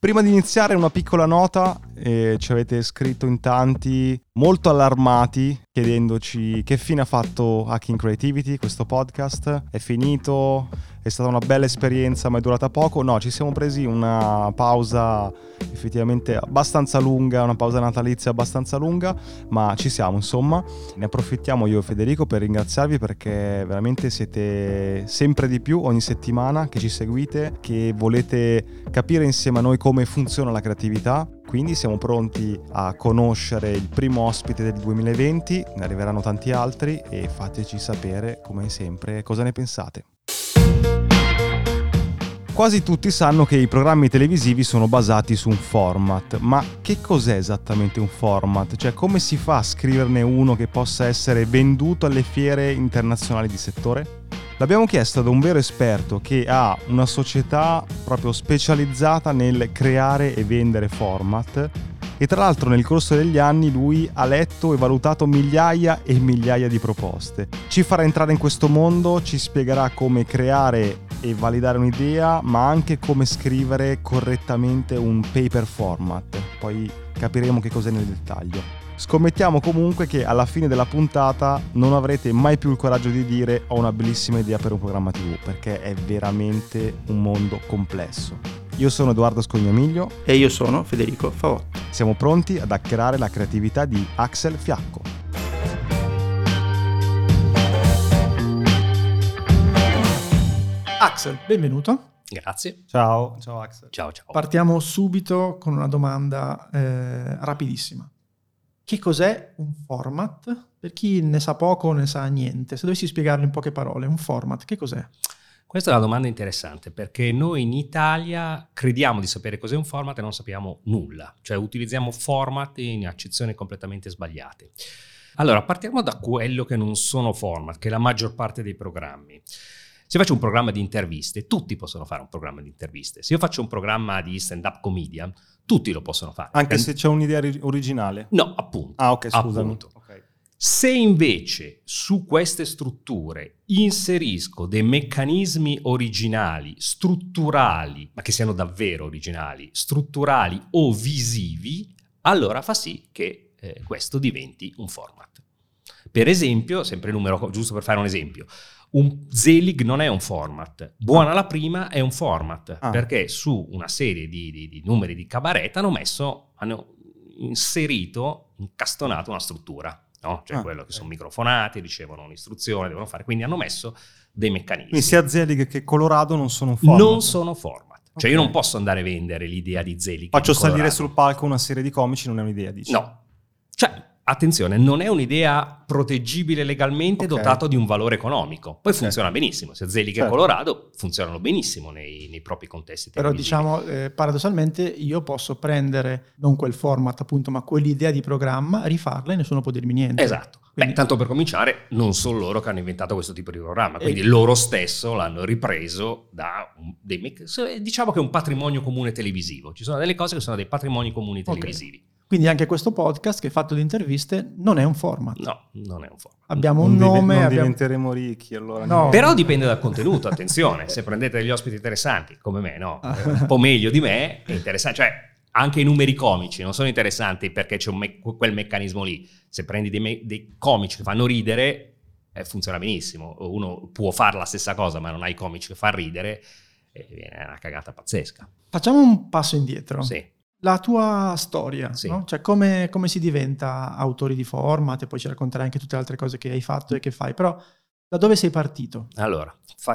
Prima di iniziare una piccola nota, ci avete scritto in tanti molto allarmati chiedendoci che fine ha fatto Hacking Creativity, questo podcast, è finito, è stata una bella esperienza ma è durata poco. No, ci siamo presi una pausa effettivamente abbastanza lunga, una pausa natalizia abbastanza lunga, ma ci siamo insomma. Ne approfittiamo io e Federico per ringraziarvi perché veramente siete sempre di più ogni settimana che ci seguite, che volete capire insieme a noi come funziona la creatività. Quindi siamo pronti a conoscere il primo ospite del 2020, ne arriveranno tanti altri e fateci sapere come sempre cosa ne pensate. Quasi tutti sanno che i programmi televisivi sono basati su un format, ma che cos'è esattamente un format? Cioè come si fa a scriverne uno che possa essere venduto alle fiere internazionali di settore? L'abbiamo chiesto ad un vero esperto che ha una società proprio specializzata nel creare e vendere format e tra l'altro nel corso degli anni lui ha letto e valutato migliaia e migliaia di proposte. Ci farà entrare in questo mondo, ci spiegherà come creare e validare un'idea, ma anche come scrivere correttamente un paper format. Poi capiremo che cos'è nel dettaglio. Scommettiamo comunque che alla fine della puntata non avrete mai più il coraggio di dire ho una bellissima idea per un programma TV, perché è veramente un mondo complesso. Io sono Edoardo Scognamiglio e io sono Federico Favotti. Siamo pronti ad hackerare la creatività di Axel Fiacco. Axel, benvenuto. Grazie. Ciao Axel. Ciao. Partiamo subito con una domanda rapidissima. Che cos'è un format? Per chi ne sa poco o ne sa niente, se dovessi spiegarlo in poche parole, un format, che cos'è? Questa è una domanda interessante perché noi in Italia crediamo di sapere cos'è un format e non sappiamo nulla, cioè utilizziamo format in accezioni completamente sbagliate. Allora, partiamo da quello che non sono format, che è la maggior parte dei programmi. Se faccio un programma di interviste, tutti possono fare un programma di interviste. Se io faccio un programma di stand-up comedian, tutti lo possono fare. Anche se c'è un'idea originale? No, appunto. Ah, ok, scusami. Appunto. Okay. Se invece su queste strutture inserisco dei meccanismi originali, strutturali, ma che siano davvero originali, strutturali o visivi, allora fa sì che questo diventi un format. Per esempio, sempre il numero, giusto per fare un esempio, un Zelig non è un format, Buona la prima è un format, perché su una serie di numeri di cabaret hanno inserito, incastonato una struttura, no? Cioè quello che sono microfonati, ricevono un'istruzione, devono fare, quindi hanno messo dei meccanismi. Quindi sia Zelig che Colorado non sono un format? Non sono format, cioè io non posso andare a vendere l'idea di Zelig. Faccio salire sul palco una serie di comici, non è un'idea, dici? No, cioè attenzione, non è un'idea proteggibile legalmente, dotato di un valore economico. Poi funziona benissimo. Se Zelig e Colorado funzionano benissimo nei propri contesti televisivi. Però diciamo, paradossalmente, io posso prendere non quel format appunto, ma quell'idea di programma, rifarla e nessuno può dirmi niente. Esatto. Quindi, tanto per cominciare, non sono loro che hanno inventato questo tipo di programma, quindi loro stesso l'hanno ripreso da diciamo che è un patrimonio comune televisivo. Ci sono delle cose che sono dei patrimoni comuni televisivi. Quindi anche questo podcast che è fatto di interviste non è un format. No, non è un format. Abbiamo un nome. Non diventeremo ricchi allora. No. Però dipende dal contenuto, attenzione. Se prendete degli ospiti interessanti, come me, no? Un po' meglio di me, è interessante. Cioè, anche i numeri comici non sono interessanti perché c'è quel meccanismo lì. Se prendi dei comici che fanno ridere, funziona benissimo. Uno può fare la stessa cosa, ma non ha i comici che fa ridere, viene una cagata pazzesca. Facciamo un passo indietro. Sì. La tua storia, sì. No? Cioè come si diventa autori di format, e poi ci racconterai anche tutte le altre cose che hai fatto e che fai, però da dove sei partito? Allora,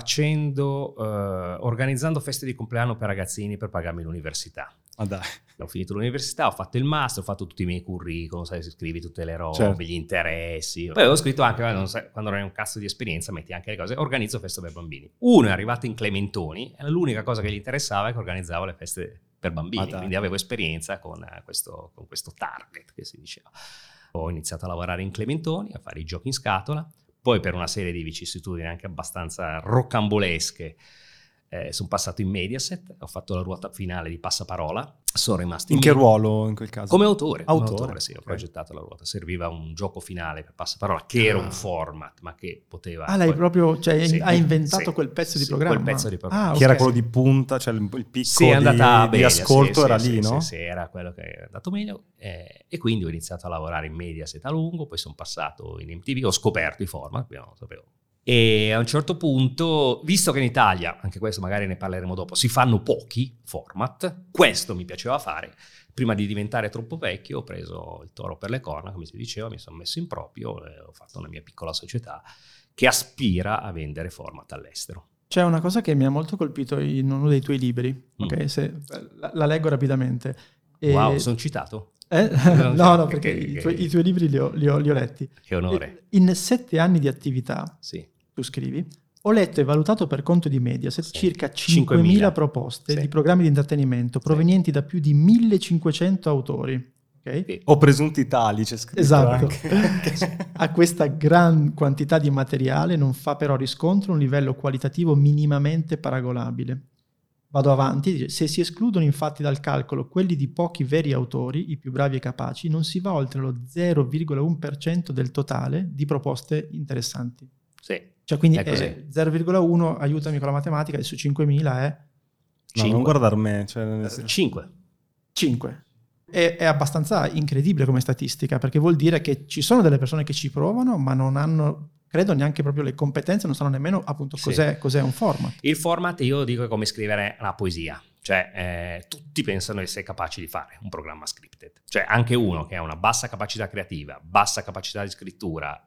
organizzando feste di compleanno per ragazzini per pagarmi l'università. Ah dai. Ho finito l'università, ho fatto il master, ho fatto tutti i miei curriculum, sai, scrivi tutte le robe, gli interessi. Poi avevo scritto anche, quando non hai un cazzo di esperienza, metti anche le cose, organizzo feste per bambini. Uno è arrivato in Clementoni, e l'unica cosa che gli interessava è che organizzavo le feste per bambini, quindi avevo esperienza con questo target, che si diceva. Ho iniziato a lavorare in Clementoni, a fare i giochi in scatola, poi per una serie di vicissitudini anche abbastanza rocambolesche sono passato in Mediaset, ho fatto la ruota finale di Passaparola, sono rimasto In che ruolo in quel caso? Come autore, sì, ho ok. progettato la ruota. Serviva un gioco finale per Passaparola, che era un format, ma che poteva... Ah, l'hai proprio, cioè Sì, hai inventato sì, quel pezzo di sì, programma? quel pezzo di programma. Ah, Che era ok. quello di punta, cioè il picco Sì, è andata di bene, ascolto sì, era sì, lì, sì, no? Sì, era quello che è andato meglio. E quindi ho iniziato a lavorare in Mediaset a lungo, poi sono passato in MTV, ho scoperto i format, prima non lo sapevo. E a un certo punto, visto che in Italia, anche questo magari ne parleremo dopo, si fanno pochi format, questo mi piaceva fare. Prima di diventare troppo vecchio ho preso il toro per le corna, come si diceva, mi sono messo in proprio e ho fatto una mia piccola società che aspira a vendere format all'estero. C'è una cosa che mi ha molto colpito in uno dei tuoi libri, ok? La leggo rapidamente. Wow, sono citato? No, perché i tuoi libri li ho letti. Che onore. In 7 anni di attività, Sì. tu scrivi, ho letto e valutato per conto di Mediaset Sì. circa 5.000 proposte di programmi di intrattenimento provenienti da più di 1.500 autori. Okay? Sì. O presunti tali, c'è scritto Esatto. anche. A questa gran quantità di materiale non fa però riscontro un livello qualitativo minimamente paragonabile. Vado avanti, dice, se si escludono infatti dal calcolo quelli di pochi veri autori, i più bravi e capaci, non si va oltre lo 0,1% del totale di proposte interessanti. Sì. Cioè quindi È così. 0,1, aiutami con la matematica, e su 5.000 è No, non guardar me. Cioè, 5. 5. È abbastanza incredibile come statistica, perché vuol dire che ci sono delle persone che ci provano, ma non hanno, credo, neanche proprio le competenze, non sanno nemmeno appunto cos'è un format. Il format, io dico, è come scrivere una poesia. Cioè, tutti pensano di essere capaci di fare un programma scripted. Cioè, anche uno che ha una bassa capacità creativa, bassa capacità di scrittura,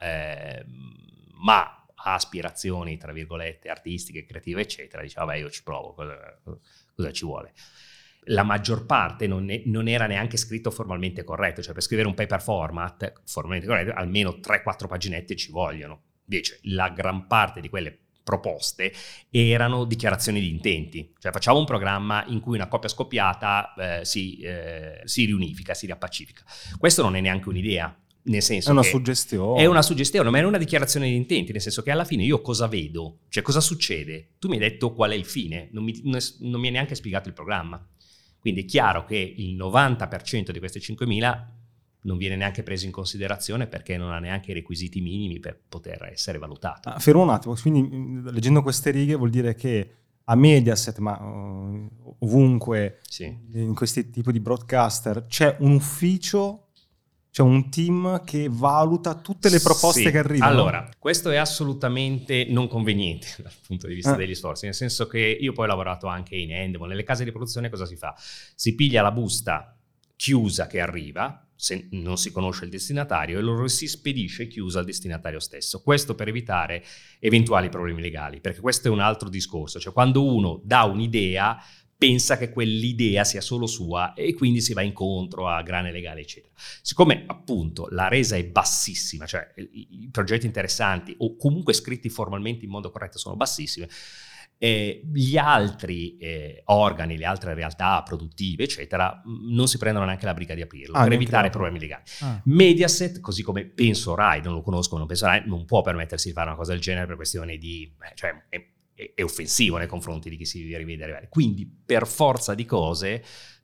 ma ha aspirazioni, tra virgolette, artistiche, creative, eccetera, dice, vabbè, io ci provo, cosa ci vuole? La maggior parte non era neanche scritto formalmente corretto, cioè per scrivere un paper format formalmente corretto almeno 3-4 paginette ci vogliono. Invece la gran parte di quelle proposte erano dichiarazioni di intenti, cioè facciamo un programma in cui una coppia scoppiata si riunifica, si riappacifica. Questo non è neanche un'idea, nel senso è una che suggestione. è una suggestione, ma è una dichiarazione di intenti, nel senso che alla fine io cosa vedo, cioè cosa succede? Tu mi hai detto qual è il fine, non mi hai neanche spiegato il programma. Quindi è chiaro che il 90% di queste 5.000 non viene neanche preso in considerazione perché non ha neanche i requisiti minimi per poter essere valutato. Fermo un attimo, quindi leggendo queste righe vuol dire che a Mediaset, ma ovunque, Sì. in questi tipi di broadcaster, c'è un ufficio, c'è un team che valuta tutte le proposte Sì. che arrivano. Allora, questo è assolutamente non conveniente dal punto di vista degli sforzi, nel senso che io poi ho lavorato anche in Endemol, nelle case di produzione cosa si fa? Si piglia la busta chiusa che arriva, se non si conosce il destinatario, e lo si spedisce chiusa al destinatario stesso. Questo per evitare eventuali problemi legali, perché questo è un altro discorso, cioè quando uno dà un'idea pensa che quell'idea sia solo sua e quindi si va incontro a grane legali, eccetera. Siccome appunto la resa è bassissima, cioè i progetti interessanti o comunque scritti formalmente in modo corretto sono bassissimi, gli altri organi, le altre realtà produttive, eccetera, non si prendono neanche la briga di aprirlo per evitare problemi legali. Mediaset, così come penso Rai, non lo conosco, non penso Rai, non può permettersi di fare una cosa del genere per questione di... cioè, è offensivo nei confronti di chi si deve rivedere. Quindi per forza di cose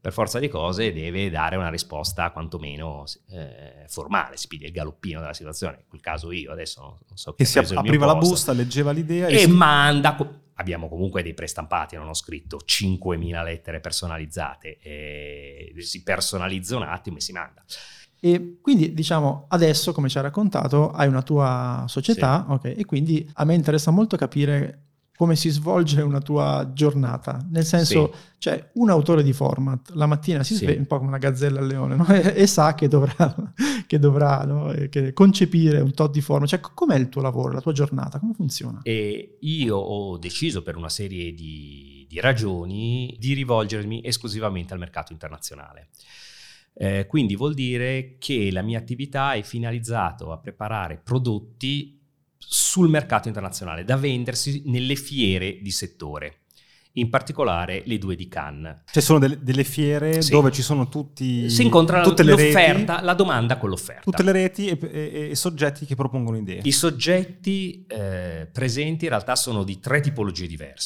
deve dare una risposta quantomeno formale, si piglia il galoppino della situazione, in quel caso io adesso non so che si apriva la busta, leggeva l'idea e manda, abbiamo comunque dei prestampati, non ho scritto 5.000 lettere personalizzate, si personalizza un attimo e si manda. E quindi diciamo adesso, come ci hai raccontato, hai una tua società, sì. Okay, e quindi a me interessa molto capire come si svolge una tua giornata, nel senso, sì. Cioè un autore di format la mattina si sveglia un po' come una gazzella al leone, no? e sa che dovrà no? che concepire un tot di format, cioè com'è il tuo lavoro, la tua giornata, come funziona? E io ho deciso per una serie di ragioni di rivolgermi esclusivamente al mercato internazionale. Quindi vuol dire che la mia attività è finalizzata a preparare prodotti sul mercato internazionale da vendersi nelle fiere di settore, in particolare le 2 di Cannes. Cioè sono delle fiere dove ci sono tutti, si incontra tutte le l'offerta, reti, la domanda con l'offerta. Tutte le reti e soggetti che propongono idee. I soggetti presenti in realtà sono di 3 tipologie diverse.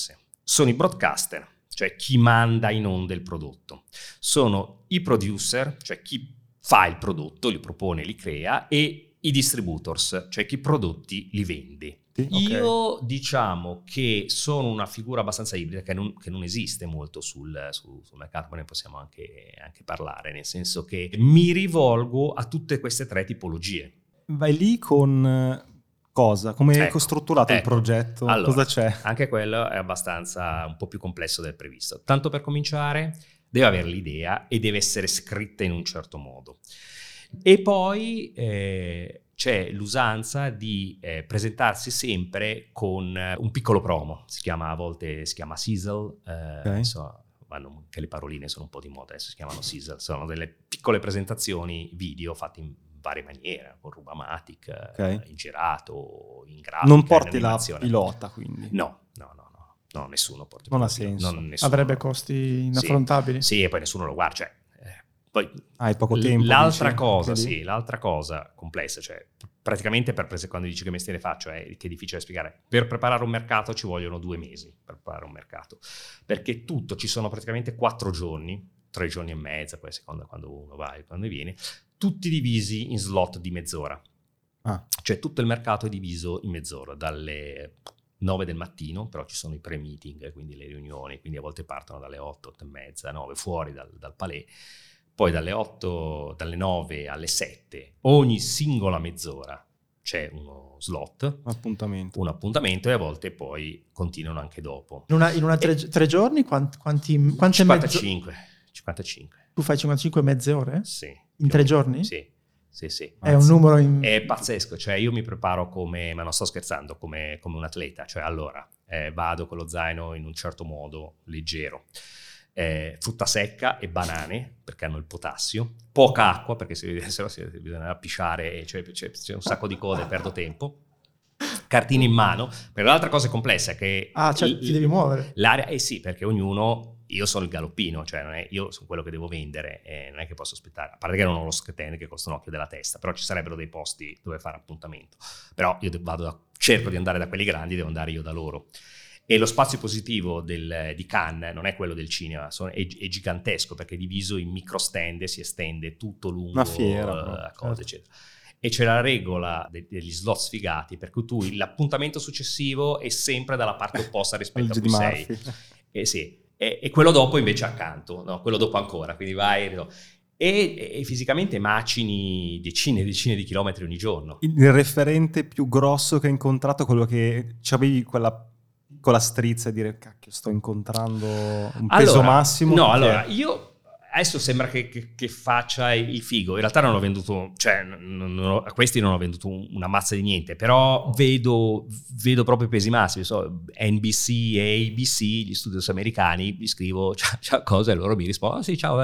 sono i broadcaster, cioè chi manda in onda il prodotto, sono i producer, cioè chi fa il prodotto, li propone, li crea, e i distributors, cioè chi i prodotti li vende. Sì, okay. Io diciamo che sono una figura abbastanza ibrida che non esiste molto sul mercato, ma ne possiamo anche parlare, nel senso che mi rivolgo a tutte queste tre tipologie. Vai lì con cosa? Come è strutturato il progetto? Allora, cosa c'è? Anche quello è abbastanza un po' più complesso del previsto. Tanto per cominciare, deve avere l'idea e deve essere scritta in un certo modo. E poi c'è l'usanza di presentarsi sempre con un piccolo promo, a volte si chiama sizzle, adesso vanno anche le paroline, sono un po' di moda, adesso si chiamano sizzle, sono delle piccole presentazioni video fatte in varie maniere, con Rubamatic, in girato, in grafica. Non porti la pilota, quindi? No, nessuno porta. Non ha senso. Avrebbe costi inaffrontabili. Sì, e poi nessuno lo guarda, cioè poi hai poco tempo. L'altra cosa complessa, cioè praticamente quando dici che mestiere faccio che è difficile spiegare. Per preparare un mercato ci vogliono 2 mesi per preparare un mercato, perché ci sono praticamente 4 giorni, 3 giorni e mezzo, poi a seconda quando uno va e quando viene, tutti divisi in slot di mezz'ora. Cioè tutto il mercato è diviso in mezz'ora, dalle 9 del mattino, però ci sono i pre-meeting, quindi le riunioni, quindi a volte partono dalle 8, 8 e mezza, 9, fuori dal palais. Poi dalle 9 alle 7, ogni singola mezz'ora c'è uno slot, un appuntamento, e a volte poi continuano anche dopo. In una 3 giorni quante 55. Tu fai 55 mezze ore? Sì. In 3 giorni? Sì. È un numero È pazzesco, cioè io mi preparo ma non sto scherzando, come un atleta, cioè allora vado con lo zaino in un certo modo, leggero. Frutta secca e banane perché hanno il potassio, poca acqua perché se no bisogna pisciare, cioè c'è un sacco di code, perdo tempo, cartine in mano. Per l'altra cosa complessa è che ti devi muovere l'area, sì, perché io sono il galoppino, cioè io sono quello che devo vendere, non è che posso aspettare, a parte che non ho lo screen che costa un occhio della testa, però ci sarebbero dei posti dove fare appuntamento, però io cerco di andare da quelli grandi, devo andare io da loro. E lo spazio positivo di Cannes non è quello del cinema, è gigantesco perché è diviso in micro stand e si estende tutto lungo una fiera, cose, eccetera. E c'è la regola degli slot sfigati, per cui l'appuntamento successivo è sempre dalla parte opposta rispetto a cui sei. E quello dopo invece accanto, no? Quello dopo ancora, quindi vai... No? E fisicamente macini decine e decine di chilometri ogni giorno. Il referente più grosso che hai incontrato, quello che avevi quella strizza e dire cacchio sto incontrando un peso massimo? No, allora io adesso sembra che faccia il figo, in realtà non ho venduto, cioè a questi non ho venduto una mazza di niente, però vedo proprio i pesi massimi, NBC e ABC, gli studios americani, gli scrivo ciao cosa e loro mi rispondono sì ciao,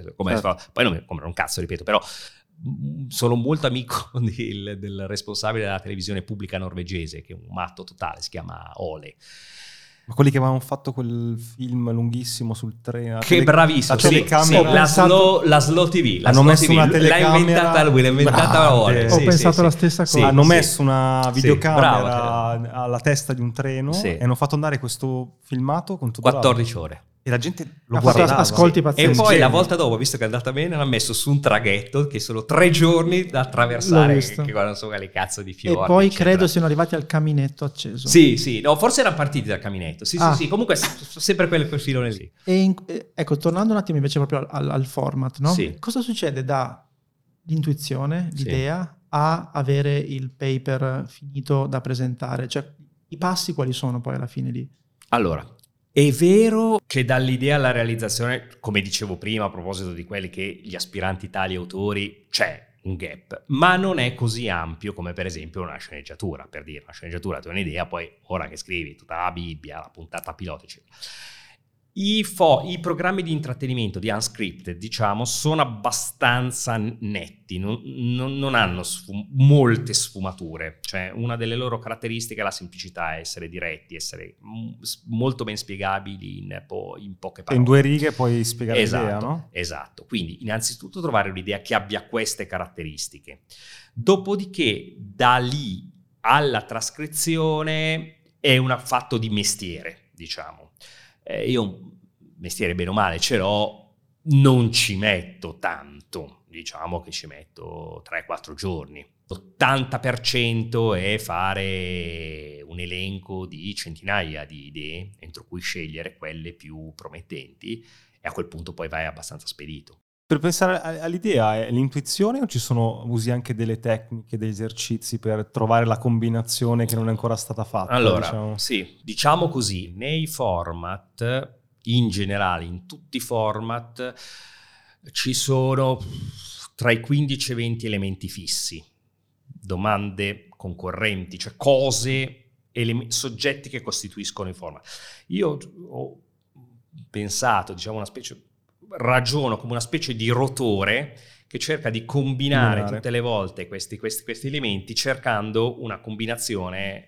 poi non mi comprano un cazzo, ripeto, però sono molto amico del responsabile della televisione pubblica norvegese, che è un matto totale, si chiama Ole. Ma quelli che avevano fatto quel film lunghissimo sul treno, che bravissimo, la Slow TV, hanno messo una telecamera, l'ha inventata Ole. Ho pensato la stessa cosa. Hanno messo una videocamera alla testa di un treno e hanno fatto andare questo filmato con tutto 14 ore. E la gente lo guardava. Ascolti pazzeschi. E poi la volta dopo, visto che è andata bene, l'ha messo su un traghetto che sono 3 giorni da attraversare, che non so quali cazzo di fiori. E poi credo siano arrivati al caminetto acceso. Sì, no, forse erano partiti dal caminetto. Sì, comunque sempre quel filone lì. Ecco, tornando un attimo invece proprio al format, no? Sì. Cosa succede dall'intuizione, l'idea, a avere il paper finito da presentare? Cioè, i passi quali sono poi alla fine lì? Allora, è vero che dall'idea alla realizzazione, come dicevo prima a proposito di quelli che gli aspiranti tali autori, c'è un gap, ma non è così ampio come per esempio una sceneggiatura. Per dire, una sceneggiatura tu hai un'idea, poi ora che scrivi tutta la Bibbia, la puntata pilota, eccetera. I programmi di intrattenimento di Unscripted, diciamo, sono abbastanza netti, non hanno molte sfumature, cioè una delle loro caratteristiche è la semplicità, essere diretti, essere molto ben spiegabili in poche parole. In 2 righe puoi spiegare l'idea, no? Esatto, quindi innanzitutto trovare un'idea che abbia queste caratteristiche, dopodiché da lì alla trascrizione è un fatto di mestiere, diciamo. Io un mestiere bene o male ce l'ho, non ci metto tanto, diciamo che ci metto 3-4 giorni. L'80% è fare un elenco di centinaia di idee entro cui scegliere quelle più promettenti, e a quel punto poi vai abbastanza spedito. Per pensare all'idea, è l'intuizione o usi anche delle tecniche, degli esercizi per trovare la combinazione che non è ancora stata fatta? Allora, diciamo? sì, diciamo così, nei format, in generale, in tutti i format, ci sono tra i 15 e 20 elementi fissi, domande concorrenti, cioè cose, soggetti che costituiscono il format. Io ho pensato, diciamo, ragiono come una specie di rotore che cerca di combinare tutte le volte questi elementi, cercando una combinazione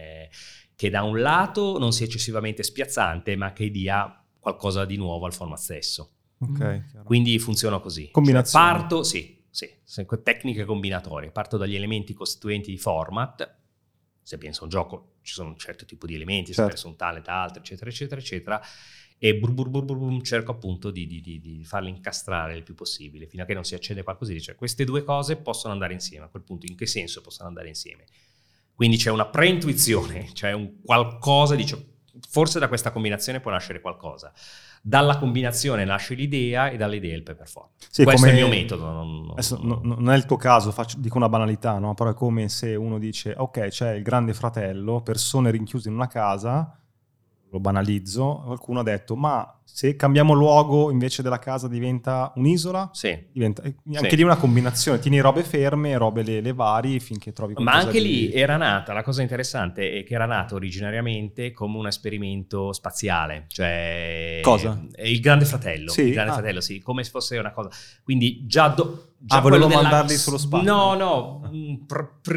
che da un lato non sia eccessivamente spiazzante, ma che dia qualcosa di nuovo al format stesso. Ok. Quindi funziona così. Combinazione. Cioè, parto, sì, tecniche combinatorie. Parto dagli elementi costituenti di format. Se penso a un gioco, ci sono un certo tipo di elementi, se penso a un talent, altri, eccetera, eccetera, eccetera. E cerco appunto di farli incastrare il più possibile, fino a che non si accende qualcosa. Dice, queste due cose possono andare insieme. A quel punto, in che senso possono andare insieme? Quindi c'è una preintuizione, cioè un qualcosa, dice, forse da questa combinazione può nascere qualcosa. Dalla combinazione nasce l'idea e dall'idea il performance. Sì, questo è il mio metodo. Non è il tuo caso, dico una banalità, no? Però è come se uno dice, ok, c'è il Grande Fratello, persone rinchiuse in una casa, lo banalizzo, qualcuno ha detto, ma se cambiamo luogo invece della casa diventa un'isola? Sì. Diventa, anche lì una combinazione, tieni robe ferme, robe le vari finché trovi qualcosa. Ma anche lì era nata, la cosa interessante è che era nato originariamente come un esperimento spaziale, cioè cosa? Il Grande Fratello, sì? Il Grande Fratello, sì, come se fosse una cosa. Quindi già volevo mandarli sullo spazio. No, un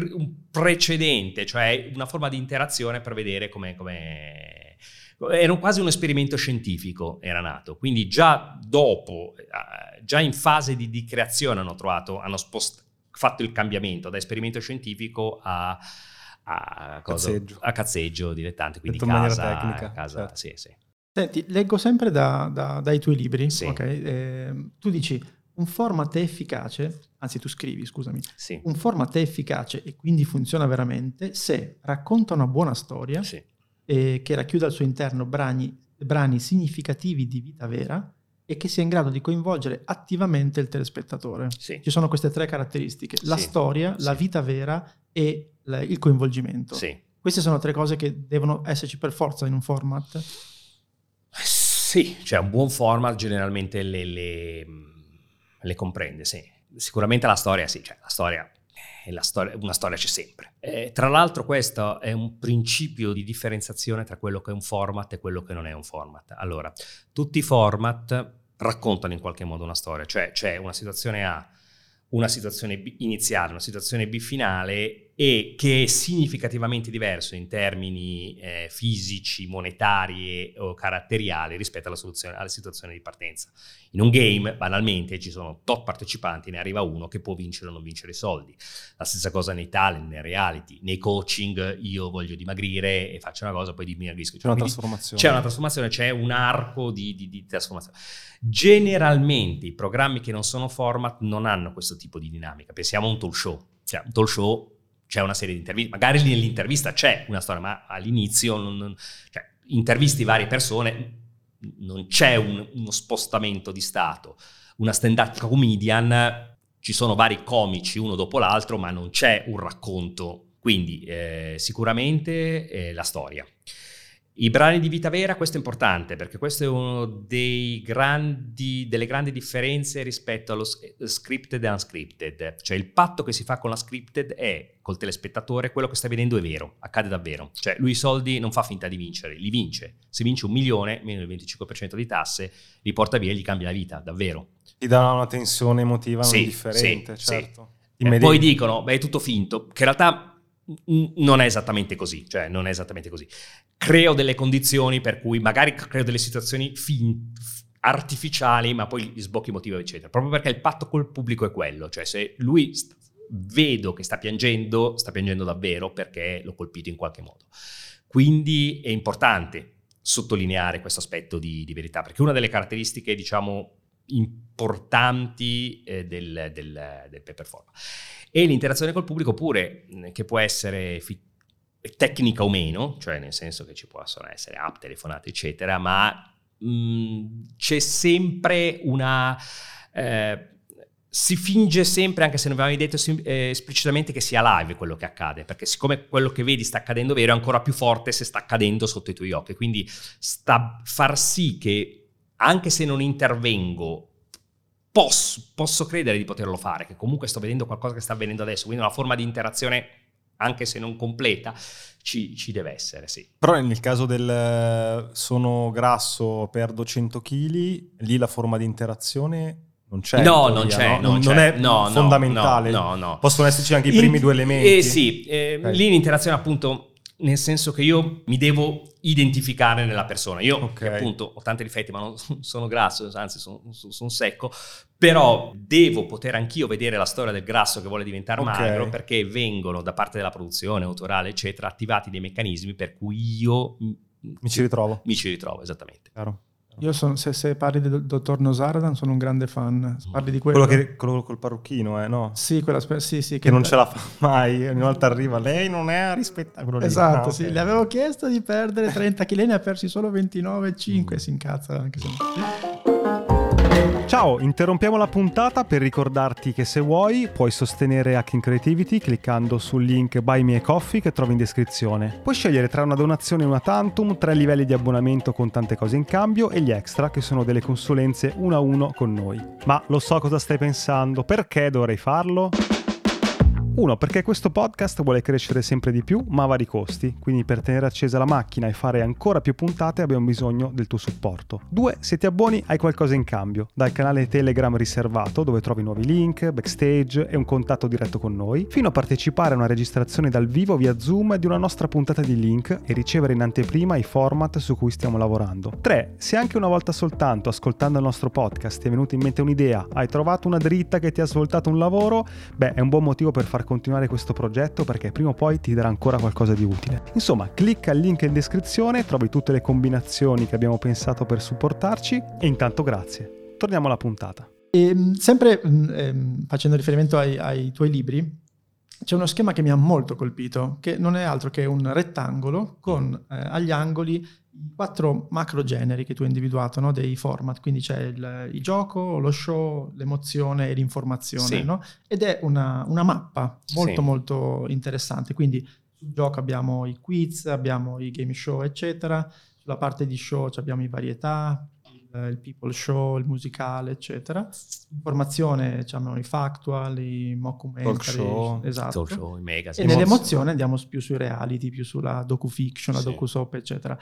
precedente, cioè una forma di interazione per vedere come era quasi un esperimento scientifico, era nato. Quindi già dopo, già in fase di creazione hanno fatto il cambiamento da esperimento scientifico a cazzeggio dilettante, quindi casa tecnica, certo. Sì. Senti, leggo sempre dai tuoi libri, sì. Okay? Tu dici, un format è efficace, anzi tu scrivi, scusami, sì. Un format è efficace e quindi funziona veramente se racconta una buona storia, sì. Che racchiude al suo interno brani significativi di vita vera e che sia in grado di coinvolgere attivamente il telespettatore. Sì. Ci sono queste tre caratteristiche: la storia, la vita vera e il coinvolgimento. Sì. Queste sono tre cose che devono esserci per forza in un format? Sì, cioè un buon format generalmente le comprende, sì. Sicuramente la storia, sì, cioè una storia c'è sempre. Tra l'altro questo è un principio di differenziazione tra quello che è un format e quello che non è un format. Allora, tutti i format raccontano in qualche modo una storia, cioè c'è una situazione A, una situazione B iniziale, una situazione B finale, e che è significativamente diverso in termini fisici, monetari o caratteriali rispetto alla situazione di partenza. In un game, banalmente, ci sono tot partecipanti, ne arriva uno che può vincere o non vincere i soldi. La stessa cosa nei talent, nei reality, nei coaching. Io voglio dimagrire e faccio una cosa, poi dimagrisco. C'è una trasformazione. C'è una trasformazione, c'è un arco di trasformazione. Generalmente i programmi che non sono format non hanno questo tipo di dinamica. Pensiamo a un talk show. Cioè, un talk show c'è una serie di interviste, magari nell'intervista c'è una storia, ma all'inizio cioè, intervisti varie persone, non c'è uno spostamento di stato. Una stand-up comedian, ci sono vari comici uno dopo l'altro, ma non c'è un racconto. Quindi sicuramente la storia. I brani di vita vera, questo è importante, perché questo è uno delle grandi differenze rispetto allo scripted e unscripted. Cioè il patto che si fa con la scripted è col telespettatore, quello che stai vedendo è vero, accade davvero. Cioè lui i soldi non fa finta di vincere, li vince. Se vince 1 milione, meno il 25% di tasse, li porta via e gli cambia la vita, davvero. Ti dà una tensione emotiva non differente, certo. Sì. Poi dicono, è tutto finto, che in realtà non è esattamente così, creo delle condizioni per cui magari creo delle situazioni artificiali, ma poi gli sbocchi emotivi eccetera, proprio perché il patto col pubblico è quello, cioè se lui vedo che sta piangendo davvero perché l'ho colpito in qualche modo. Quindi è importante sottolineare questo aspetto di verità, perché una delle caratteristiche, diciamo, importanti del paper format è l'interazione col pubblico, pure che può essere tecnica o meno, cioè nel senso che ci possono essere app, telefonate, eccetera, ma c'è sempre una... si finge sempre, anche se non avevamo detto esplicitamente, che sia live quello che accade, perché siccome quello che vedi sta accadendo vero, è ancora più forte se sta accadendo sotto i tuoi occhi, quindi far sì che anche se non intervengo posso credere di poterlo fare, che comunque sto vedendo qualcosa che sta avvenendo adesso, quindi una forma di interazione anche se non completa ci deve essere, sì. Però nel caso del sono grasso, perdo 100 kg, lì la forma di interazione non c'è. No, non c'è. è fondamentale. No. Possono esserci anche i primi due elementi. Sì, okay. Lì l'interazione, appunto, nel senso che io mi devo identificare nella persona. Io che appunto ho tanti difetti, ma non sono grasso, anzi sono secco, però devo poter anch'io vedere la storia del grasso che vuole diventare magro, perché vengono da parte della produzione autorale, eccetera, attivati dei meccanismi per cui io mi ci ritrovo, esattamente. Chiaro. Io se parli del dottor Nosaradan sono un grande fan. Parli di quello quello col parrucchino, no? Sì, sì, che non ce la fa mai. Ogni volta arriva, lei non è a rispettare quello lì. Esatto, okay. Sì. Le avevo chiesto di perdere 30 kg, ne ha persi solo 29,5. Si incazza anche se... Ciao, interrompiamo la puntata per ricordarti che se vuoi puoi sostenere Hacking Creativity cliccando sul link Buy Me a Coffee che trovi in descrizione. Puoi scegliere tra una donazione e una tantum, 3 livelli di abbonamento con tante cose in cambio e gli extra che sono delle consulenze 1 a 1 con noi. Ma lo so cosa stai pensando, perché dovrei farlo? 1. Perché questo podcast vuole crescere sempre di più, ma a vari costi, quindi per tenere accesa la macchina e fare ancora più puntate abbiamo bisogno del tuo supporto. 2. Se ti abboni hai qualcosa in cambio, dal canale Telegram riservato dove trovi nuovi link, backstage e un contatto diretto con noi, fino a partecipare a una registrazione dal vivo via Zoom di una nostra puntata di Link e ricevere in anteprima i format su cui stiamo lavorando. 3. Se anche una volta soltanto ascoltando il nostro podcast ti è venuta in mente un'idea, hai trovato una dritta che ti ha svoltato un lavoro, è un buon motivo per far continuare questo progetto, perché prima o poi ti darà ancora qualcosa di utile. Insomma, clicca il link in descrizione, trovi tutte le combinazioni che abbiamo pensato per supportarci e intanto grazie. Torniamo alla puntata. Sempre facendo riferimento ai tuoi libri, c'è uno schema che mi ha molto colpito, che non è altro che un rettangolo con agli angoli 4 macro generi che tu hai individuato, no? Dei format, quindi c'è il gioco, lo show, l'emozione e l'informazione, sì. No? Ed è una mappa molto sì. molto interessante, quindi sul gioco abbiamo i quiz, abbiamo i game show eccetera, sulla parte di show abbiamo i varietà, il people show, il musicale eccetera, informazione abbiamo i factual, i mockumentary, talk show, esatto. Talk show, i mega, e nell'emozione andiamo più sui reality, più sulla docufiction, la sì. docusoap eccetera.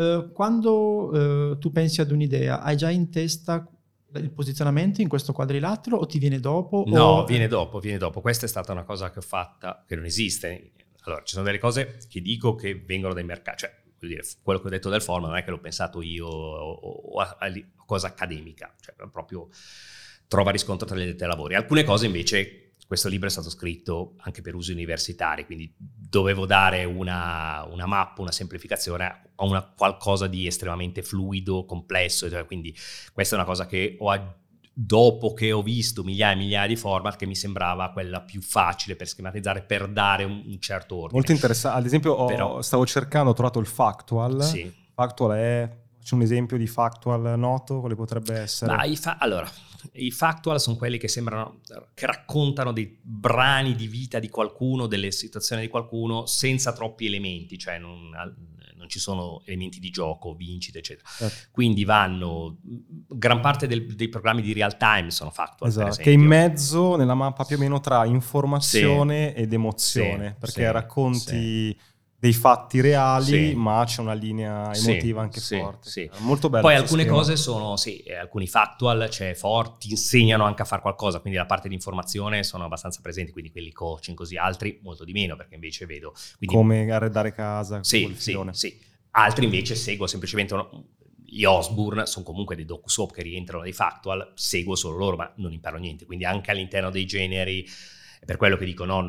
Quando tu pensi ad un'idea, hai già in testa il posizionamento in questo quadrilatero o ti viene dopo? No, viene dopo. Questa è stata una cosa che ho fatta, che non esiste. Allora, ci sono delle cose che dico che vengono dai mercati, cioè voglio dire, quello che ho detto del format non è che l'ho pensato io o cosa accademica, cioè proprio trova riscontro tra le lavori. Alcune cose invece, questo libro è stato scritto anche per usi universitari, quindi dovevo dare una mappa, una semplificazione a una qualcosa di estremamente fluido, complesso, cioè, quindi questa è una cosa che dopo che ho visto migliaia e migliaia di format, che mi sembrava quella più facile per schematizzare, per dare un certo ordine. Molto interessante. Ad esempio stavo cercando, ho trovato il factual. Sì. Factual c'è un esempio di factual noto, quale potrebbe essere? Allora, i factual sono quelli che sembrano, che raccontano dei brani di vita di qualcuno, delle situazioni di qualcuno, senza troppi elementi, cioè non ci sono elementi di gioco, vincite, eccetera. Quindi gran parte dei programmi di real time sono factual, esatto, per esempio. Che in mezzo nella mappa più o meno tra informazione ed emozione, perché racconti dei fatti reali, ma c'è una linea emotiva anche forte. Sì. Molto bello. Poi alcune cose sono, alcuni factual, cioè ti insegnano anche a fare qualcosa, quindi la parte di informazione sono abbastanza presenti, quindi quelli coaching così, altri molto di meno, perché invece vedo... Quindi, come arredare casa, sì. Altri invece seguo semplicemente... Gli Osbourne sono comunque dei docu-soap che rientrano dei factual, seguo solo loro, ma non imparo niente, quindi anche all'interno dei generi È per quello che dico, no,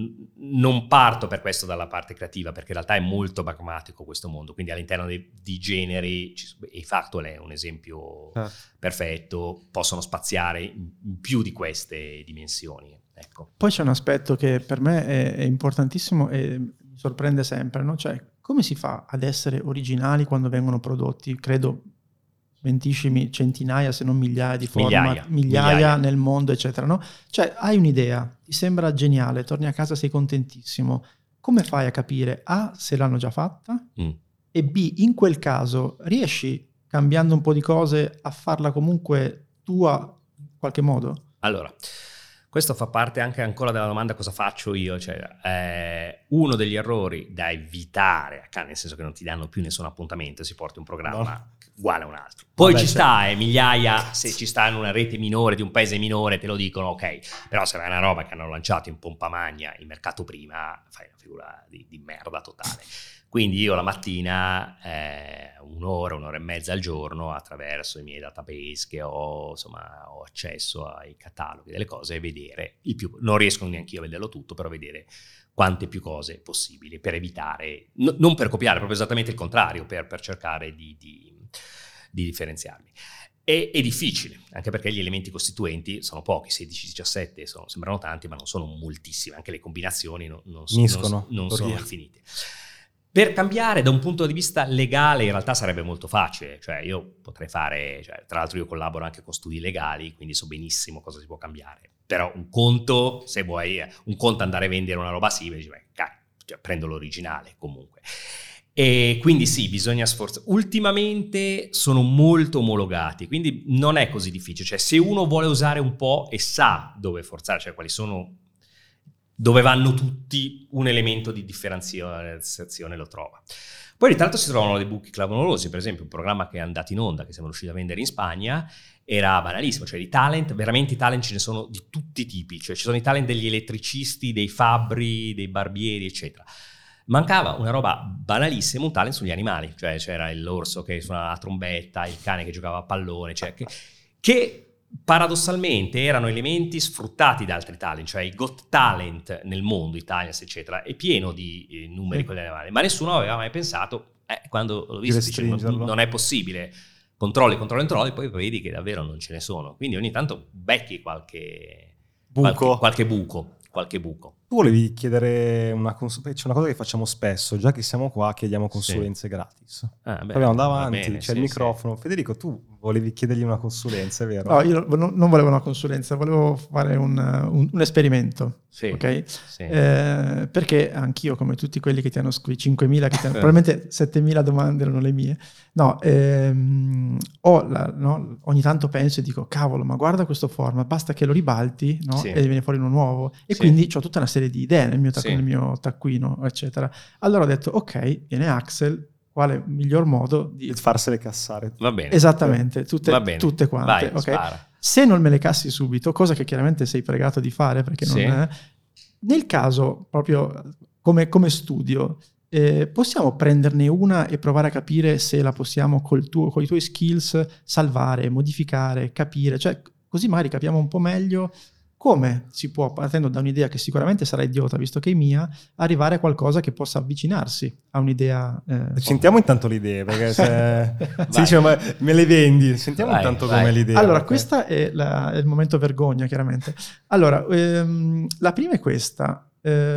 non parto per questo dalla parte creativa, perché in realtà è molto pragmatico questo mondo, quindi all'interno di generi, e Factual è un esempio perfetto, possono spaziare in più di queste dimensioni. Ecco. Poi c'è un aspetto che per me è importantissimo e mi sorprende sempre, no? Cioè, come si fa ad essere originali quando vengono prodotti, credo, ventissimi, centinaia se non migliaia di format, migliaia nel mondo, eccetera, no? Cioè, hai un'idea, ti sembra geniale, torni a casa, sei contentissimo. Come fai a capire A, se l'hanno già fatta, e B, in quel caso, riesci, cambiando un po' di cose, a farla comunque tua in qualche modo? Allora, questo fa parte anche ancora della domanda cosa faccio io, cioè uno degli errori da evitare, nel senso che non ti danno più nessun appuntamento, si porti un programma uguale a un altro. Poi ci sta, migliaia, se ci sta in una rete minore di un paese minore te lo dicono, ok, però se è una roba che hanno lanciato in pompa magna in mercato prima, fai una figura di merda totale. Quindi io la mattina un'ora e mezza al giorno, attraverso i miei database che ho accesso ai cataloghi delle cose, e vedere il più, non riesco neanche io a vederlo tutto, però vedere quante più cose possibili, per evitare, non per copiare, proprio esattamente il contrario, per cercare di differenziarmi. È difficile, anche perché gli elementi costituenti sono pochi, 16-17 sembrano tanti, ma non sono moltissimi, anche le combinazioni non sono infinite. Per cambiare da un punto di vista legale in realtà sarebbe molto facile, cioè io potrei fare, tra l'altro io collaboro anche con studi legali, quindi so benissimo cosa si può cambiare, però un conto, se vuoi, un conto andare a vendere una roba simile, dici, prendo l'originale comunque. E quindi sì, bisogna sforzare. Ultimamente sono molto omologati, quindi non è così difficile, cioè se uno vuole usare un po' e sa dove forzare, cioè quali sono, dove vanno tutti, un elemento di differenziazione lo trova. Poi di tanto si trovano dei buchi clamorosi, per esempio un programma che è andato in onda, che siamo riusciti a vendere in Spagna, era banalissimo, cioè di talent, veramente i talent ce ne sono di tutti i tipi, cioè ci sono i talent degli elettricisti, dei fabbri, dei barbieri, eccetera. Mancava una roba banalissima, un talent sugli animali, cioè c'era l'orso che suonava la trombetta, il cane che giocava a pallone, cioè che paradossalmente erano elementi sfruttati da altri talent, cioè i Got Talent nel mondo, Italia, eccetera, è pieno di numeri con gli animali, ma nessuno aveva mai pensato, quando l'ho visto, dice, non è possibile, controlli, poi vedi che davvero non ce ne sono, quindi ogni tanto becchi qualche buco. Tu volevi chiedere c'è una cosa che facciamo spesso, già che siamo qua chiediamo consulenze gratis. Proviamo davanti, bene, c'è il microfono. Federico, tu volevi chiedergli una consulenza, è vero? No, io non volevo una consulenza, volevo fare un esperimento. Sì, ok? Sì. Perché anch'io, come tutti quelli che ti hanno scritto, 5.000, probabilmente 7.000 domande erano le mie. No, ogni tanto penso e dico, cavolo, ma guarda questo format, basta che lo ribalti, no? Sì. E viene fuori uno nuovo. E quindi ho tutta una serie di idee nel mio taccuino, eccetera. Allora ho detto, ok, viene Axel, quale miglior modo di farsele cassare? Va bene. Esattamente, tutte quante. Vai, okay? spara. Se non me le cassi subito, cosa che chiaramente sei pregato di fare, perché non è, nel caso proprio come studio, possiamo prenderne una e provare a capire se la possiamo con i tuoi skills salvare, modificare, capire, cioè così magari capiamo un po' meglio come si può, partendo da un'idea che sicuramente sarà idiota, visto che è mia, arrivare a qualcosa che possa avvicinarsi a un'idea. Sentiamo intanto le idee, perché si dice, ma me le vendi? Sentiamo intanto come l'idea. Allora, questo è il momento vergogna, chiaramente. Allora, la prima è questa.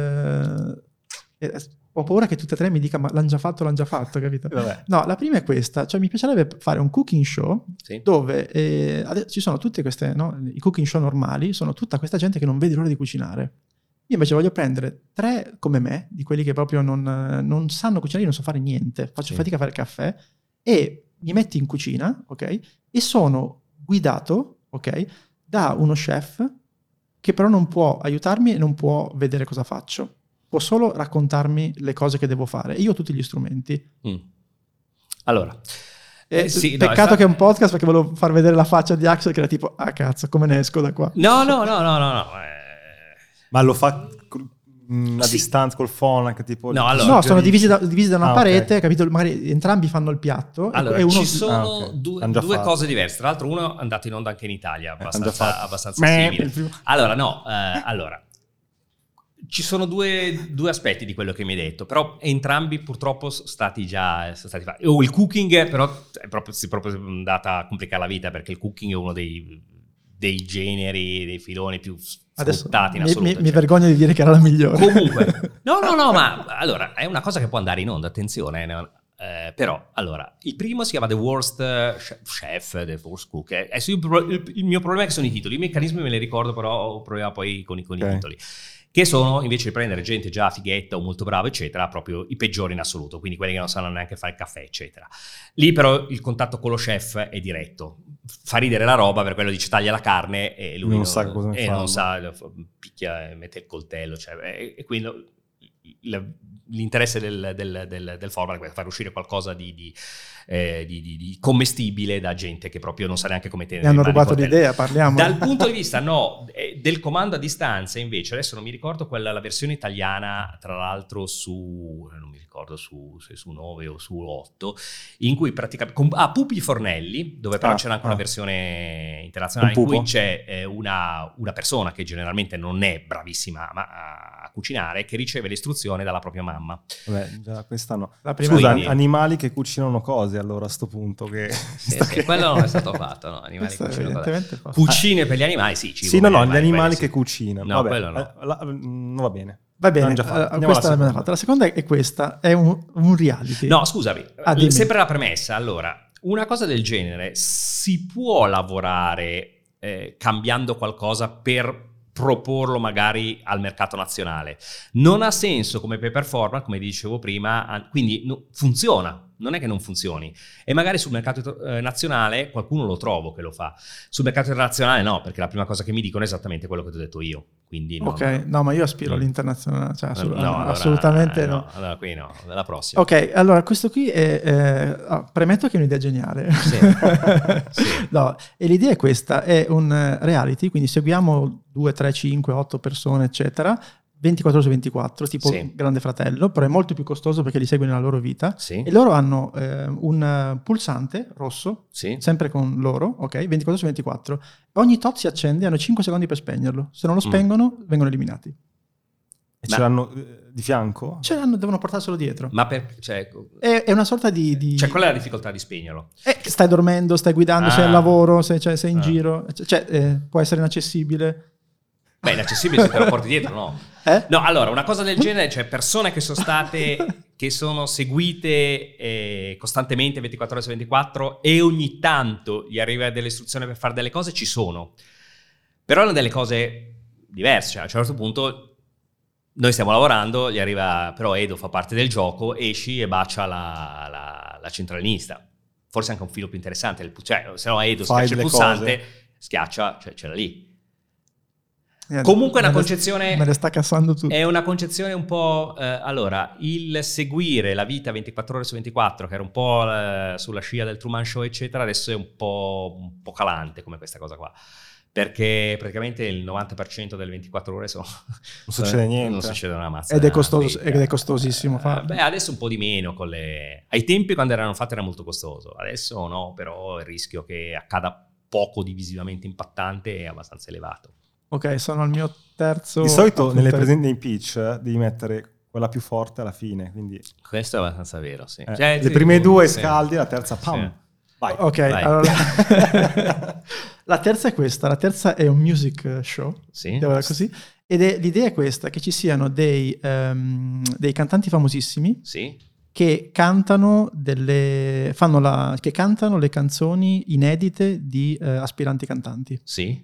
Ho paura che tutte e tre mi dica, ma l'hanno già fatto, capito? Vabbè. No, la prima è questa, cioè mi piacerebbe fare un cooking show dove ci sono tutte queste, no? I cooking show normali, sono tutta questa gente che non vede l'ora di cucinare. Io invece voglio prendere 3 come me, di quelli che proprio non sanno cucinare, io non so fare niente, faccio fatica a fare il caffè, e mi metti in cucina, ok? E sono guidato, ok? Da uno chef che però non può aiutarmi e non può vedere cosa faccio. Può solo raccontarmi le cose che devo fare. Io ho tutti gli strumenti. Allora, peccato che è un podcast, perché volevo far vedere la faccia di Axel che era tipo, cazzo, come ne esco da qua? No. Ma lo fa a distanza col phone, anche tipo... No, sono divisi da una parete, capito? Magari entrambi fanno il piatto. Allora, e uno... ci sono due cose diverse. Tra l'altro uno è andato in onda anche in Italia, abbastanza simile. Allora, Ci sono due aspetti di quello che mi hai detto, però entrambi purtroppo sono stati fatti. Il cooking però si è proprio andata a complicare la vita, perché il cooking è uno dei generi, dei filoni più sfruttati in assoluto. Mi vergogno di dire che era la migliore. Comunque, no, ma allora, è una cosa che può andare in onda, attenzione, però, allora, il primo si chiama The Worst Chef, The Worst Cook. Il mio problema è che sono i titoli, i meccanismi me li ricordo, però ho un problema poi con i titoli. Che sono, invece di prendere gente già fighetta o molto brava, eccetera, proprio i peggiori in assoluto, quindi quelli che non sanno neanche fare il caffè, eccetera. Lì però il contatto con lo chef è diretto. Fa ridere la roba, per quello dice taglia la carne e lui non sa cosa fare. Non sa, picchia e mette il coltello, e quindi l'interesse del format è far uscire qualcosa di commestibile da gente che proprio non sa neanche come tenere. Mi hanno rubato l'idea, parliamo. Dal punto di vista del comando a distanza, invece, adesso non mi ricordo la versione italiana, tra l'altro non mi ricordo se su 9 o su 8, in cui praticamente Pupi Fornelli, dove però c'era anche una versione internazionale in cui c'è una persona che generalmente non è bravissima a cucinare, che riceve le istruzioni dalla propria mamma. Vabbè, già questa no. Scusa, animali che cucinano cose, allora a sto punto che... Sì, quello non è stato fatto, no? Animali che cucinano cose. Cucine per gli animali, sì. Sì, no, gli animali che cucinano. No, vabbè, quello no. Non va bene. Va bene, questa l'abbiamo fatta. La seconda è questa, è un reality. No, scusami, sempre la premessa. Allora, una cosa del genere si può lavorare cambiando qualcosa per proporlo magari al mercato nazionale. Non ha senso come pay per format, come dicevo prima, quindi funziona. Non è che non funzioni, e magari sul mercato nazionale qualcuno lo trovo che lo fa, sul mercato internazionale no, perché la prima cosa che mi dicono è esattamente quello che ti ho detto io, quindi no, ma io aspiro all'internazionale, cioè assolutamente no. Allora qui no, alla prossima. Ok, allora questo qui è premetto che è un'idea geniale. Sì. No, e l'idea è questa, è un reality, quindi seguiamo 2, 3, 5, 8 persone eccetera, 24 ore su 24, tipo Grande Fratello, però è molto più costoso perché li segui nella loro vita. Sì. E loro hanno un pulsante rosso, sempre con loro, ok, 24 su 24. Ogni tot si accende, hanno 5 secondi per spegnerlo. Se non lo spengono, vengono eliminati. E ce l'hanno di fianco? Ce l'hanno, devono portarselo dietro. Ma è una sorta di... Cioè, qual è la difficoltà di spegnerlo? Stai dormendo, stai guidando, sei al lavoro, sei in giro, può essere inaccessibile. Beh, inaccessibile se te lo porti dietro, no? No, allora, una cosa del genere, cioè persone che sono seguite costantemente 24 ore su 24 e ogni tanto gli arriva delle istruzioni per fare delle cose, ci sono. Però erano delle cose diverse, cioè a un certo punto noi stiamo lavorando, gli arriva, però Edo fa parte del gioco, esci e bacia la centralinista. Forse anche un filo più interessante, cioè se no Edo schiaccia il pulsante, schiaccia, cioè c'era lì. Comunque è una concezione, me le sta cassando tutto. È una concezione un po' allora, il seguire la vita 24 ore su 24, che era un po' sulla scia del Truman Show eccetera, adesso è un po' calante come questa cosa qua, perché praticamente il 90% delle 24 ore non succede niente, non succede una mazza, ed è costosissimo farlo. Beh, adesso un po' di meno ai tempi quando erano fatte era molto costoso, adesso no, però il rischio che accada poco di visivamente impattante è abbastanza elevato. Ok, sono al mio terzo... Di solito nei pitch devi mettere quella più forte alla fine, quindi... Questo è abbastanza vero, sì. Le prime due scaldi, la terza pam. Sì. Vai. Ok, vai. Allora... la terza è questa, la terza è un music show, così, ed l'idea è questa, che ci siano dei cantanti famosissimi che cantano che cantano le canzoni inedite di aspiranti cantanti. Sì.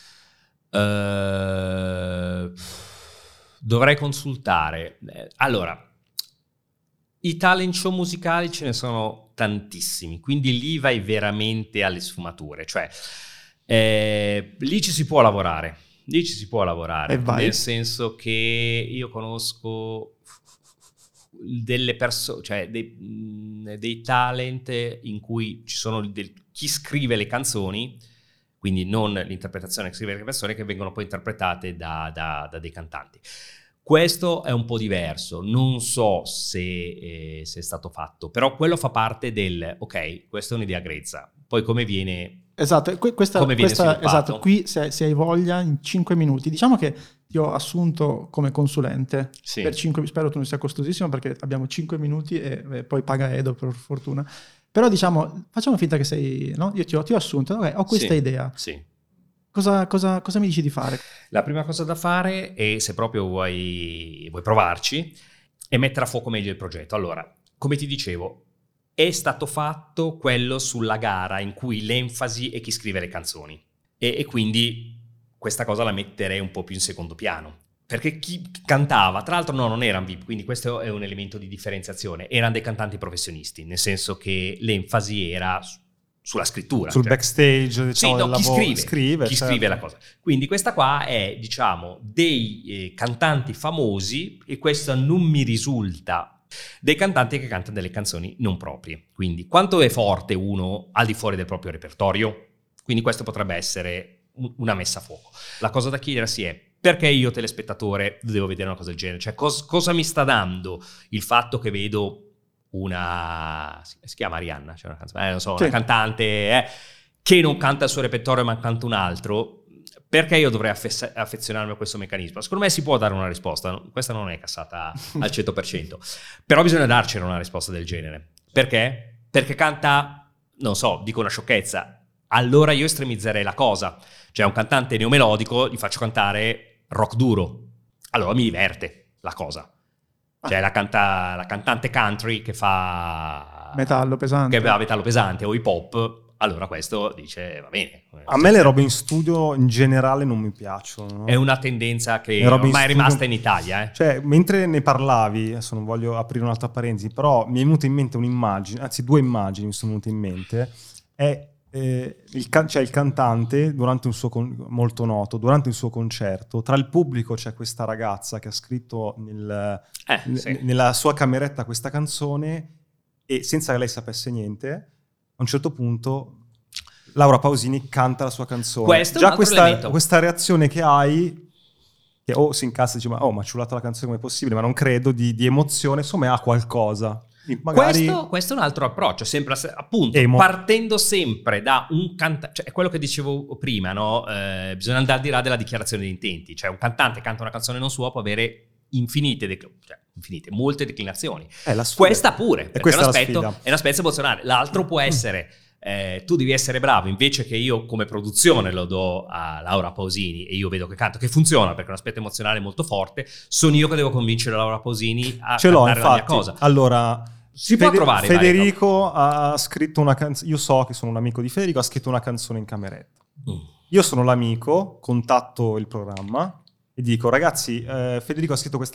Dovrei consultare. Allora, i talent show musicali ce ne sono tantissimi, quindi lì vai veramente alle sfumature, cioè lì ci si può lavorare, nel senso che io conosco delle persone, cioè dei talent in cui ci sono chi scrive le canzoni, quindi non l'interpretazione che scrive le persone, che vengono poi interpretate da dei cantanti. Questo è un po' diverso, non so se è stato fatto, però quello fa parte ok, questa è un'idea grezza, poi come viene... Esatto, come viene sviluppato. Esatto, qui se hai voglia in 5 minuti, diciamo che ti ho assunto come consulente Sì. per 5, spero tu non sia costosissimo perché abbiamo 5 minuti e poi paga Edo per fortuna, però diciamo facciamo finta che sei, no? Io ti ho assunto, ho questa Sì. idea, Sì. cosa mi dici di fare? La prima cosa da fare è, se proprio vuoi provarci, è mettere a fuoco meglio il progetto. Allora, come ti dicevo, è stato fatto quello sulla gara in cui l'enfasi è chi scrive le canzoni e quindi questa cosa la metterei un po' più in secondo piano, perché chi cantava, tra l'altro non erano VIP, quindi questo è un elemento di differenziazione, erano dei cantanti professionisti, nel senso che l'enfasi era sulla scrittura. Sul backstage, diciamo, del chi lavoro. scrive, chi certo. scrive la cosa. Quindi questa qua è, diciamo, dei cantanti famosi, e questo non mi risulta, dei cantanti che cantano delle canzoni non proprie. Quindi quanto è forte uno al di fuori del proprio repertorio? Quindi questo potrebbe essere una messa a fuoco. La cosa da chiedersi è: perché io telespettatore devo vedere una cosa del genere? Cioè cosa mi sta dando il fatto che vedo una, si chiama Arianna, cioè una canzone, non so, Sì. una cantante che non canta il suo repertorio ma canta un altro? Perché io dovrei affezionarmi a questo meccanismo? Secondo me si può dare una risposta, questa non è cassata al 100%, però bisogna darcene una risposta del genere. Perché? Perché canta, non so, dico una sciocchezza, allora io estremizzerei la cosa, cioè un cantante neomelodico gli faccio cantare rock duro, allora mi diverte la cosa. Cioè la cantante country che fa Metallo pesante, che fa metallo pesante o hip hop, allora questo dice va bene. A me le robe in studio in generale non mi piacciono, no? È una tendenza che Le robe in ormai è studio- rimasta in Italia. Cioè, mentre ne parlavi, adesso non voglio aprire un'altra parentesi, però mi è venuta in mente un'immagine, anzi 2 immagini mi sono venute in mente. È il cantante durante un suo molto noto, durante il suo concerto, tra il pubblico c'è questa ragazza che ha scritto Sì. nella sua cameretta questa canzone, e senza che lei sapesse niente, a un certo punto Laura Pausini canta la sua canzone. Questo è un Già altro elemento. questa reazione che hai, che si incazza e dice ma ci ho dato la canzone, come è possibile? Ma non credo, di emozione, insomma ha qualcosa. Magari... Questo è un altro approccio, sempre appunto Emo. partendo sempre da un cantante, cioè è quello che dicevo prima, no? Bisogna andare al di là della dichiarazione di intenti, cioè un cantante canta una canzone non sua, può avere molte declinazioni. la sfida. Questa pure, perché questa è è un la aspetto, sfida. è un aspetto emozionale. L'altro può essere tu devi essere bravo, invece che io come produzione lo do a Laura Pausini e io vedo che canta, che funziona perché è un aspetto emozionale molto forte, sono io che devo convincere Laura Pausini a Ce l'ho, cantare la mia infatti. cosa. Allora, Si può trovare, Federico ha scritto una canzone. Io so che sono un amico di Federico, ha scritto una canzone in cameretta. Io sono l'amico, contatto il programma e dico: ragazzi, Federico ha scritto questa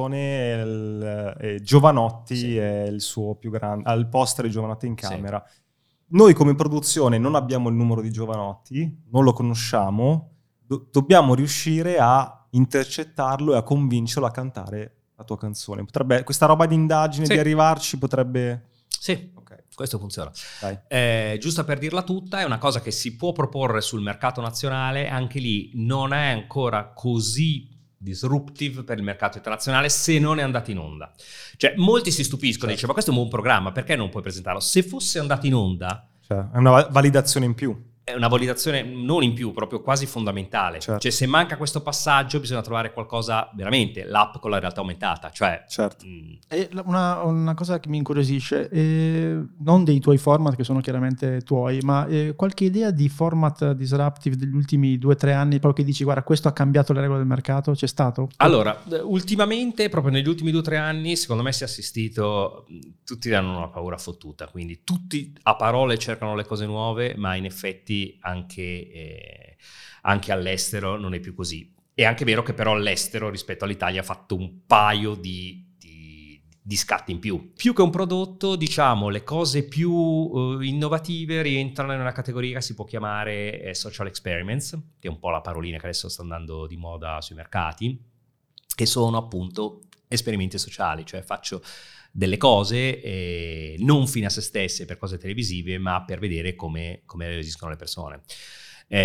canzone, Giovanotti Sì. è il suo più grande, ha il poster di Giovanotti in camera. Sì. Noi come produzione non abbiamo il numero di Giovanotti, non lo conosciamo, dobbiamo riuscire a intercettarlo e a convincerlo a cantare la tua canzone. Potrebbe, questa roba di indagine, Sì. di arrivarci, potrebbe... Sì, Okay. questo funziona. Dai. Giusto per dirla tutta, è una cosa che si può proporre sul mercato nazionale, anche lì non è ancora così disruptive per il mercato internazionale se non è andato in onda. Cioè molti si stupiscono, dicono: ma questo è un buon programma, perché non puoi presentarlo? Se fosse andato in onda, Cioè, è una validazione in più. è una validazione non in più, proprio quasi fondamentale. Certo. Cioè se manca questo passaggio bisogna trovare qualcosa veramente, l'app con la realtà aumentata, cioè Certo. E una cosa che mi incuriosisce, non dei tuoi format che sono chiaramente tuoi, ma qualche idea di format disruptive degli ultimi 2 o 3 anni, proprio che dici guarda questo ha cambiato le regole del mercato, c'è stato? Allora, ultimamente, proprio negli ultimi 2 o 3 anni, secondo me si è assistito, tutti hanno una paura fottuta, quindi tutti a parole cercano le cose nuove, ma in effetti anche all'estero non è più così. È anche vero che però all'estero rispetto all'Italia ha fatto un paio di scatti in più. Più che un prodotto, diciamo, le cose più innovative rientrano in una categoria che si può chiamare social experiments, che è un po' la parolina che adesso sta andando di moda sui mercati, che sono appunto esperimenti sociali, cioè faccio delle cose non fine a se stesse per cose televisive, ma per vedere come reagiscono le persone.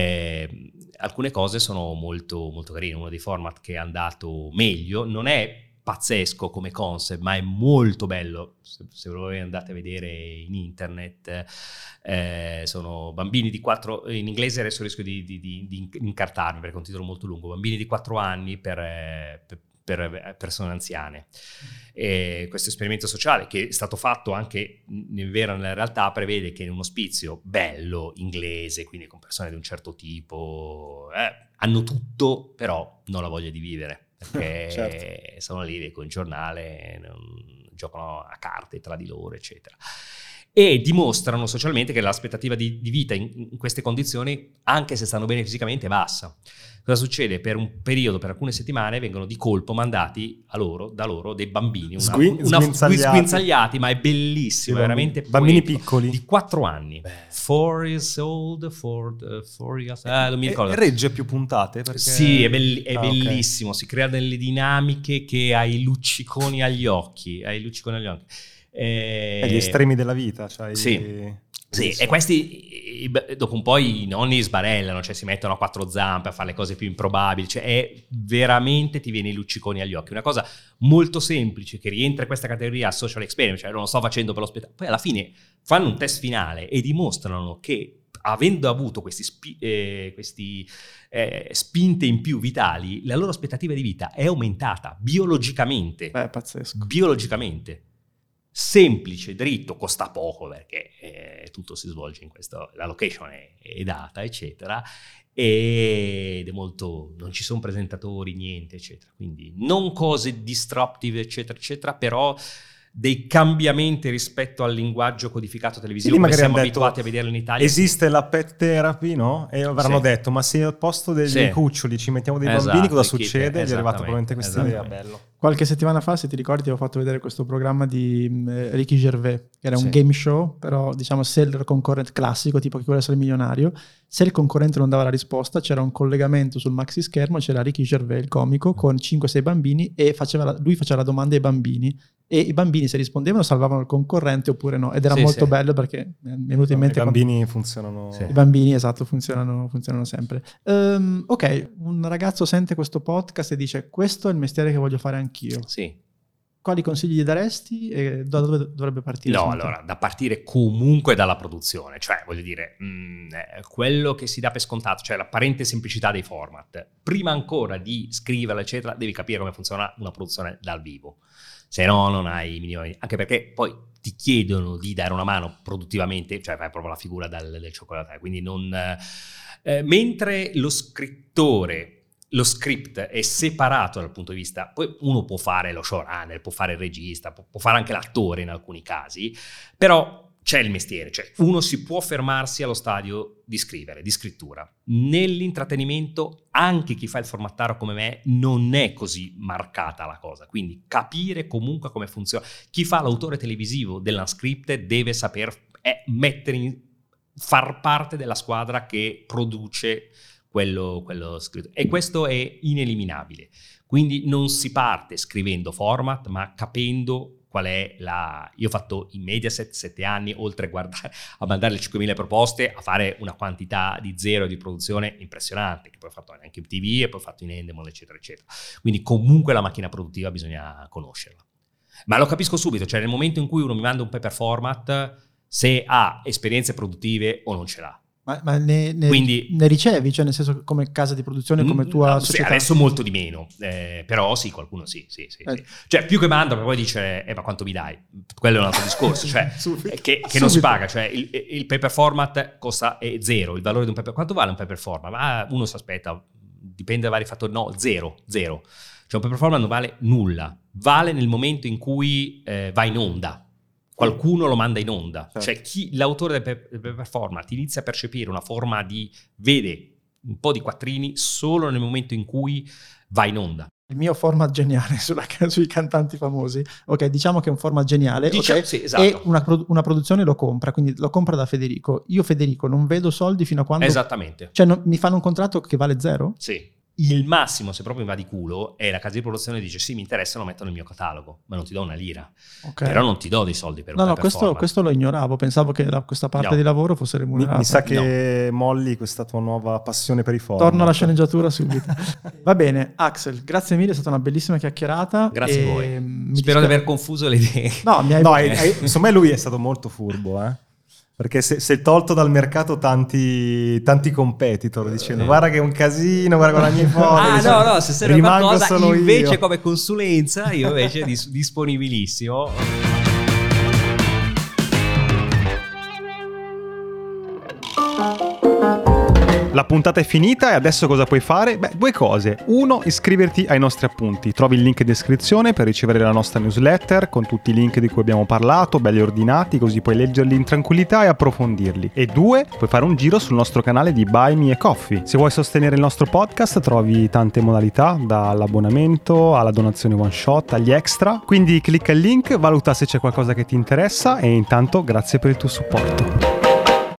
Alcune cose sono molto, molto carine. Uno dei format che è andato meglio non è pazzesco come concept, ma è molto bello. Se voi andate a vedere in internet, sono bambini di 4, in inglese adesso rischio di incartarmi perché è un titolo molto lungo, bambini di 4 anni per persone anziane. E questo esperimento sociale, che è stato fatto anche nella realtà, prevede che in un ospizio bello, inglese, quindi con persone di un certo tipo, hanno tutto, però non la voglia di vivere, perché certo, sono lì, leggono il giornale, giocano a carte tra di loro, eccetera. E dimostrano socialmente che l'aspettativa di vita in queste condizioni, anche se stanno bene fisicamente, è bassa. Cosa succede? Per un periodo, per alcune settimane, vengono di colpo mandati da loro dei bambini, sguinzagliati, ma è bellissimo, è veramente bambini poetico, piccoli di 4 anni. 4 years old, 4 years, non mi ricordo. Regge più puntate? Perché... Sì, è bellissimo, si creano delle dinamiche che hai lucciconi agli occhi, gli estremi della vita, cioè sì, e questi dopo un po' i nonni sbarellano, cioè si mettono a 4 zampe a fare le cose più improbabili, cioè è veramente, ti viene i lucciconi agli occhi, una cosa molto semplice che rientra in questa categoria social experiment, cioè non lo sto facendo per lo spettacolo. Poi alla fine fanno un test finale e dimostrano che, avendo avuto questi spinte in più vitali, la loro aspettativa di vita è aumentata biologicamente. Pazzesco. Biologicamente. Semplice, dritto, costa poco perché tutto si svolge in questo, la location è data, eccetera, ed è molto, non ci sono presentatori, niente, eccetera, quindi non cose disruptive, eccetera, eccetera, però dei cambiamenti rispetto al linguaggio codificato televisivo come siamo abituati a vederlo in Italia. Esiste la pet therapy, no? E avranno detto, ma se al posto dei cuccioli ci mettiamo dei bambini, cosa succede? Gli è arrivata probabilmente questa idea. Bello. Qualche settimana fa, se ti ricordi, ti avevo fatto vedere questo programma di Ricky Gervais, che era un game show, però diciamo se il concorrente classico, tipo chi vuole essere milionario, se il concorrente non dava la risposta, c'era un collegamento sul maxi schermo, c'era Ricky Gervais, il comico, con 5-6 bambini, e lui faceva la domanda ai bambini, e i bambini, se rispondevano, salvavano il concorrente oppure no, ed era molto bello perché mi è venuto in mente... I bambini funzionano... I bambini, esatto, funzionano sempre. Ok, un ragazzo sente questo podcast e dice, questo è il mestiere che voglio fare anch'io. Sì. Quali consigli gli daresti e da dove dovrebbe partire? No, allora, da partire comunque dalla produzione, cioè voglio dire, quello che si dà per scontato, cioè l'apparente semplicità dei format. Prima ancora di scriverla, eccetera, devi capire come funziona una produzione dal vivo. Se no non hai minimi, anche perché poi ti chiedono di dare una mano produttivamente, cioè fai proprio la figura del cioccolataio, quindi non... mentre lo script è separato dal punto di vista, poi uno può fare lo showrunner, può fare il regista, può fare anche l'attore in alcuni casi, però c'è il mestiere, cioè uno si può fermarsi allo stadio di scrivere, di scrittura. Nell'intrattenimento anche chi fa il formattaro come me non è così marcata la cosa, quindi capire comunque come funziona. Chi fa l'autore televisivo dell'unscripted deve saper far parte della squadra che produce quello scritto, e questo è ineliminabile. Quindi non si parte scrivendo format, ma capendo qual è Io ho fatto in Mediaset 7 anni, oltre a mandare le 5.000 proposte, a fare una quantità di zero di produzione impressionante, che poi ho fatto anche in TV e poi ho fatto in Endemol, eccetera, eccetera. Quindi comunque la macchina produttiva bisogna conoscerla. Ma lo capisco subito, cioè nel momento in cui uno mi manda un paper format, se ha esperienze produttive o non ce l'ha. Ma ne ricevi, cioè nel senso come casa di produzione, come tua società? Sì, adesso molto di meno, però sì, qualcuno sì. Cioè più che manda, poi dice, ma quanto mi dai? Quello è un altro discorso, cioè che non si paga, cioè il paper format costa zero, il valore di un paper, quanto vale un paper format? Ma uno si aspetta, dipende da vari fattori, no, zero. Cioè un paper format non vale nulla, vale nel momento in cui va in onda. Qualcuno lo manda in onda, certo. Cioè l'autore del paper format inizia a percepire una forma vede un po' di quattrini solo nel momento in cui va in onda. Il mio format geniale sui cantanti famosi, ok, diciamo che è un format geniale, okay, sì, esatto. E una produzione lo compra, quindi lo compra da Federico. Io Federico non vedo soldi fino a quando... Esattamente. Cioè mi fanno un contratto che vale zero? Sì. Il massimo, se proprio mi va di culo, è la casa di produzione dice sì, mi interessa, lo metto nel mio catalogo, ma non ti do una lira. Okay. Però non ti do dei soldi per un No, questo lo ignoravo, pensavo che questa parte di lavoro fosse remunerata. Mi sa che molli questa tua nuova passione per i format. Torno alla sceneggiatura subito. Va bene, Axel, grazie mille, è stata una bellissima chiacchierata. Grazie a voi. Spero di aver confuso le idee. No, insomma lui è stato molto furbo, perché si è tolto dal mercato tanti competitor dicendo guarda che è un casino, guarda con la mia foto. No, se serve qualcosa invece come consulenza io invece disponibilissimo. La puntata è finita e adesso cosa puoi fare? Beh, 2 cose. 1, iscriverti ai nostri appunti. Trovi il link in descrizione per ricevere la nostra newsletter con tutti i link di cui abbiamo parlato, belli ordinati, così puoi leggerli in tranquillità e approfondirli. E 2, puoi fare un giro sul nostro canale di Buy Me a Coffee. Se vuoi sostenere il nostro podcast trovi tante modalità, dall'abbonamento alla donazione one shot, agli extra. Quindi clicca il link, valuta se c'è qualcosa che ti interessa e intanto grazie per il tuo supporto.